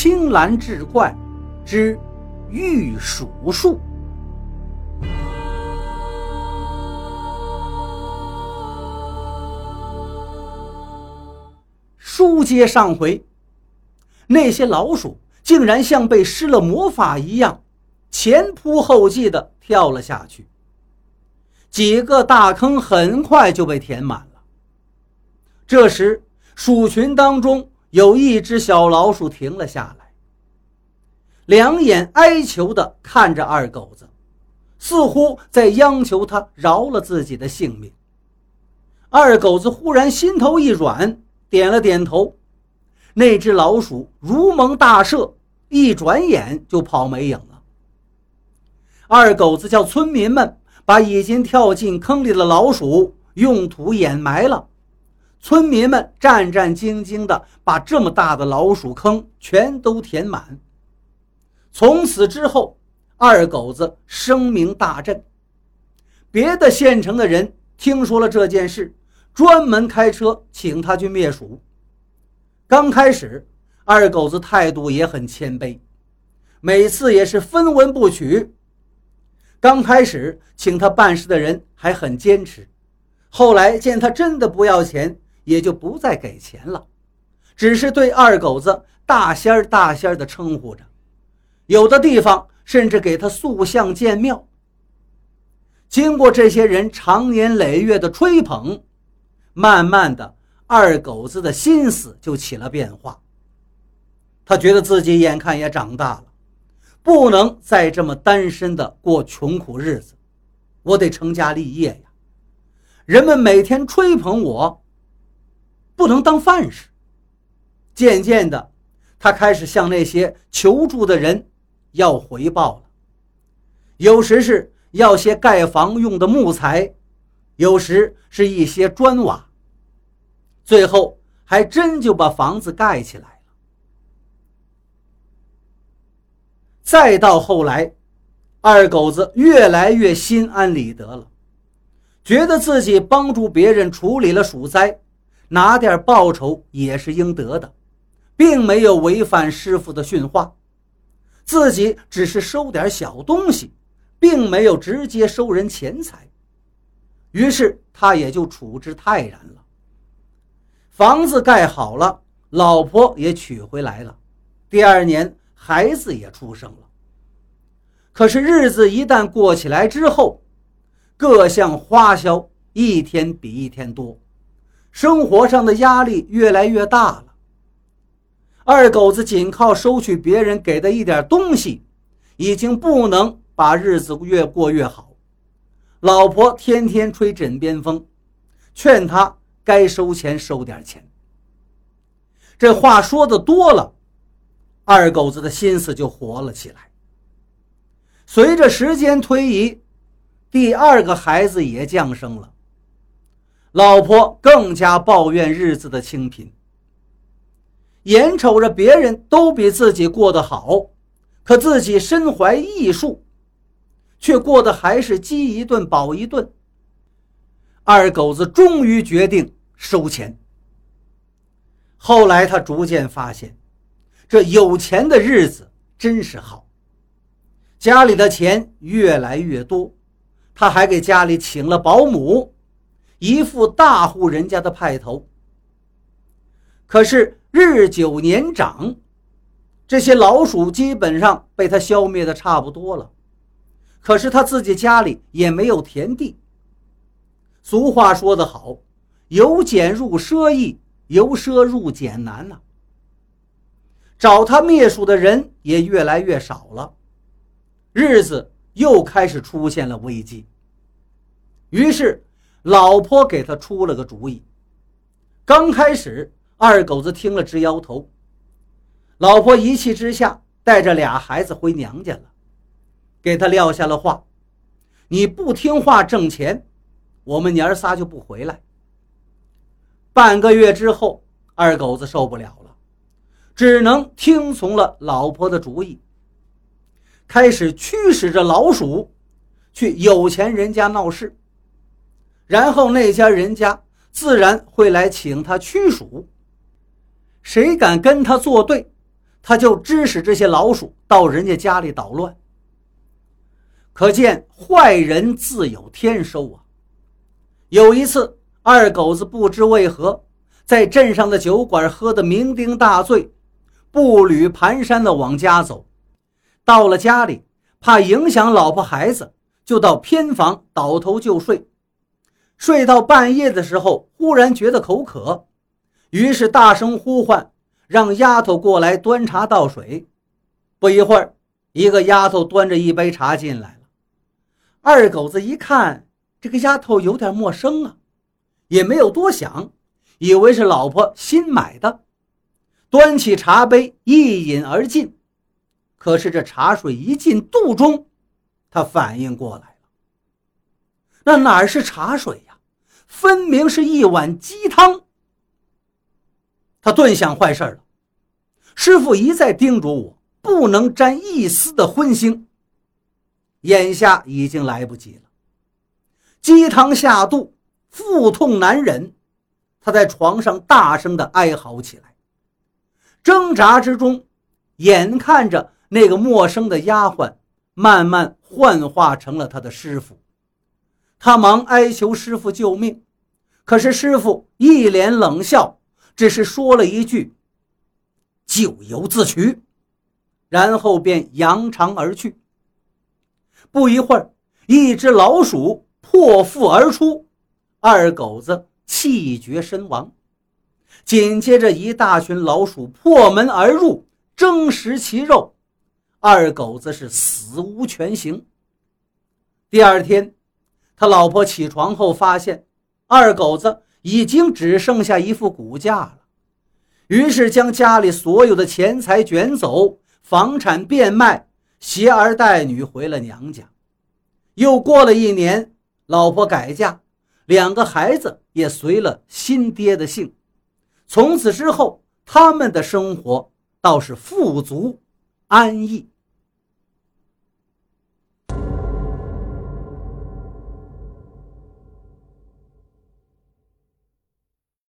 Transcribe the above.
青蓝志怪之御鼠术。书接上回，那些老鼠竟然像被施了魔法一样，前仆后继地跳了下去。几个大坑很快就被填满了。这时，鼠群当中有一只小老鼠停了下来，两眼哀求地看着二狗子，似乎在央求他饶了自己的性命。二狗子忽然心头一软，点了点头。那只老鼠如蒙大赦，一转眼就跑没影了。二狗子叫村民们把已经跳进坑里的老鼠用土掩埋了。村民们战战兢兢地把这么大的老鼠坑全都填满。从此之后，二狗子声名大振。别的县城的人听说了这件事，专门开车请他去灭鼠。刚开始，二狗子态度也很谦卑，每次也是分文不取。刚开始请他办事的人还很坚持，后来见他真的不要钱，也就不再给钱了，只是对二狗子大仙儿大仙儿的称呼着，有的地方甚至给他塑像建庙。经过这些人长年累月的吹捧，慢慢的二狗子的心思就起了变化。他觉得自己眼看也长大了，不能再这么单身的过穷苦日子，我得成家立业呀。人们每天吹捧我，不能当饭吃。渐渐的，他开始向那些求助的人要回报了，有时是要些盖房用的木材，有时是一些砖瓦，最后还真就把房子盖起来了。再到后来，二狗子越来越心安理得了，觉得自己帮助别人处理了鼠灾，拿点报酬也是应得的，并没有违反师傅的训话，自己只是收点小东西，并没有直接收人钱财，于是他也就处之泰然了。房子盖好了，老婆也娶回来了，第二年孩子也出生了。可是日子一旦过起来之后，各项花销一天比一天多，生活上的压力越来越大了。二狗子仅靠收取别人给的一点东西，已经不能把日子越过越好。老婆天天吹枕边风，劝他该收钱收点钱。这话说的多了，二狗子的心思就活了起来。随着时间推移，第二个孩子也降生了，老婆更加抱怨日子的清贫，眼瞅着别人都比自己过得好，可自己身怀异术，却过得还是饥一顿饱一顿。二狗子终于决定收钱。后来他逐渐发现，这有钱的日子真是好，家里的钱越来越多，他还给家里请了保姆，一副大户人家的派头。可是日久年长，这些老鼠基本上被他消灭的差不多了，可是他自己家里也没有田地。俗话说得好，由俭入奢易，由奢入俭难啊。找他灭鼠的人也越来越少了，日子又开始出现了危机。于是老婆给他出了个主意。刚开始二狗子听了直摇头，老婆一气之下带着俩孩子回娘家了，给他撂下了话：你不听话挣钱，我们娘儿仨就不回来。半个月之后，二狗子受不了了，只能听从了老婆的主意，开始驱使着老鼠去有钱人家闹事，然后那家人家自然会来请他驱鼠。谁敢跟他作对， 他就指使这些老鼠到人家家里捣乱。可见坏人自有天收啊！有一次，二狗子不知为何在镇上的酒馆喝得酩酊大醉，步履蹒跚地往家走。到了家里，怕影响老婆孩子，就到偏房倒头就睡。睡到半夜的时候，忽然觉得口渴，于是大声呼唤，让丫头过来端茶倒水。不一会儿，一个丫头端着一杯茶进来了。二狗子一看，这个丫头有点陌生啊，也没有多想，以为是老婆新买的，端起茶杯一饮而尽。可是这茶水一进肚中，他反应过来了，那哪是茶水呀，分明是一碗鸡汤。他顿想坏事了，师父一再叮嘱我不能沾一丝的荤腥，眼下已经来不及了。鸡汤下肚，腹痛难忍，他在床上大声地哀嚎起来。挣扎之中，眼看着那个陌生的丫鬟慢慢幻化成了他的师父，他忙哀求师父救命，可是师父一脸冷笑，只是说了一句咎由自取，然后便扬长而去。不一会儿，一只老鼠破腹而出，二狗子气绝身亡。紧接着一大群老鼠破门而入，争食其肉，二狗子是死无全刑。第二天，他老婆起床后发现二狗子已经只剩下一副骨架了，于是将家里所有的钱财卷走，房产变卖，携儿带女回了娘家。又过了1年，老婆改嫁，2个孩子也随了新爹的姓。从此之后，他们的生活倒是富足安逸。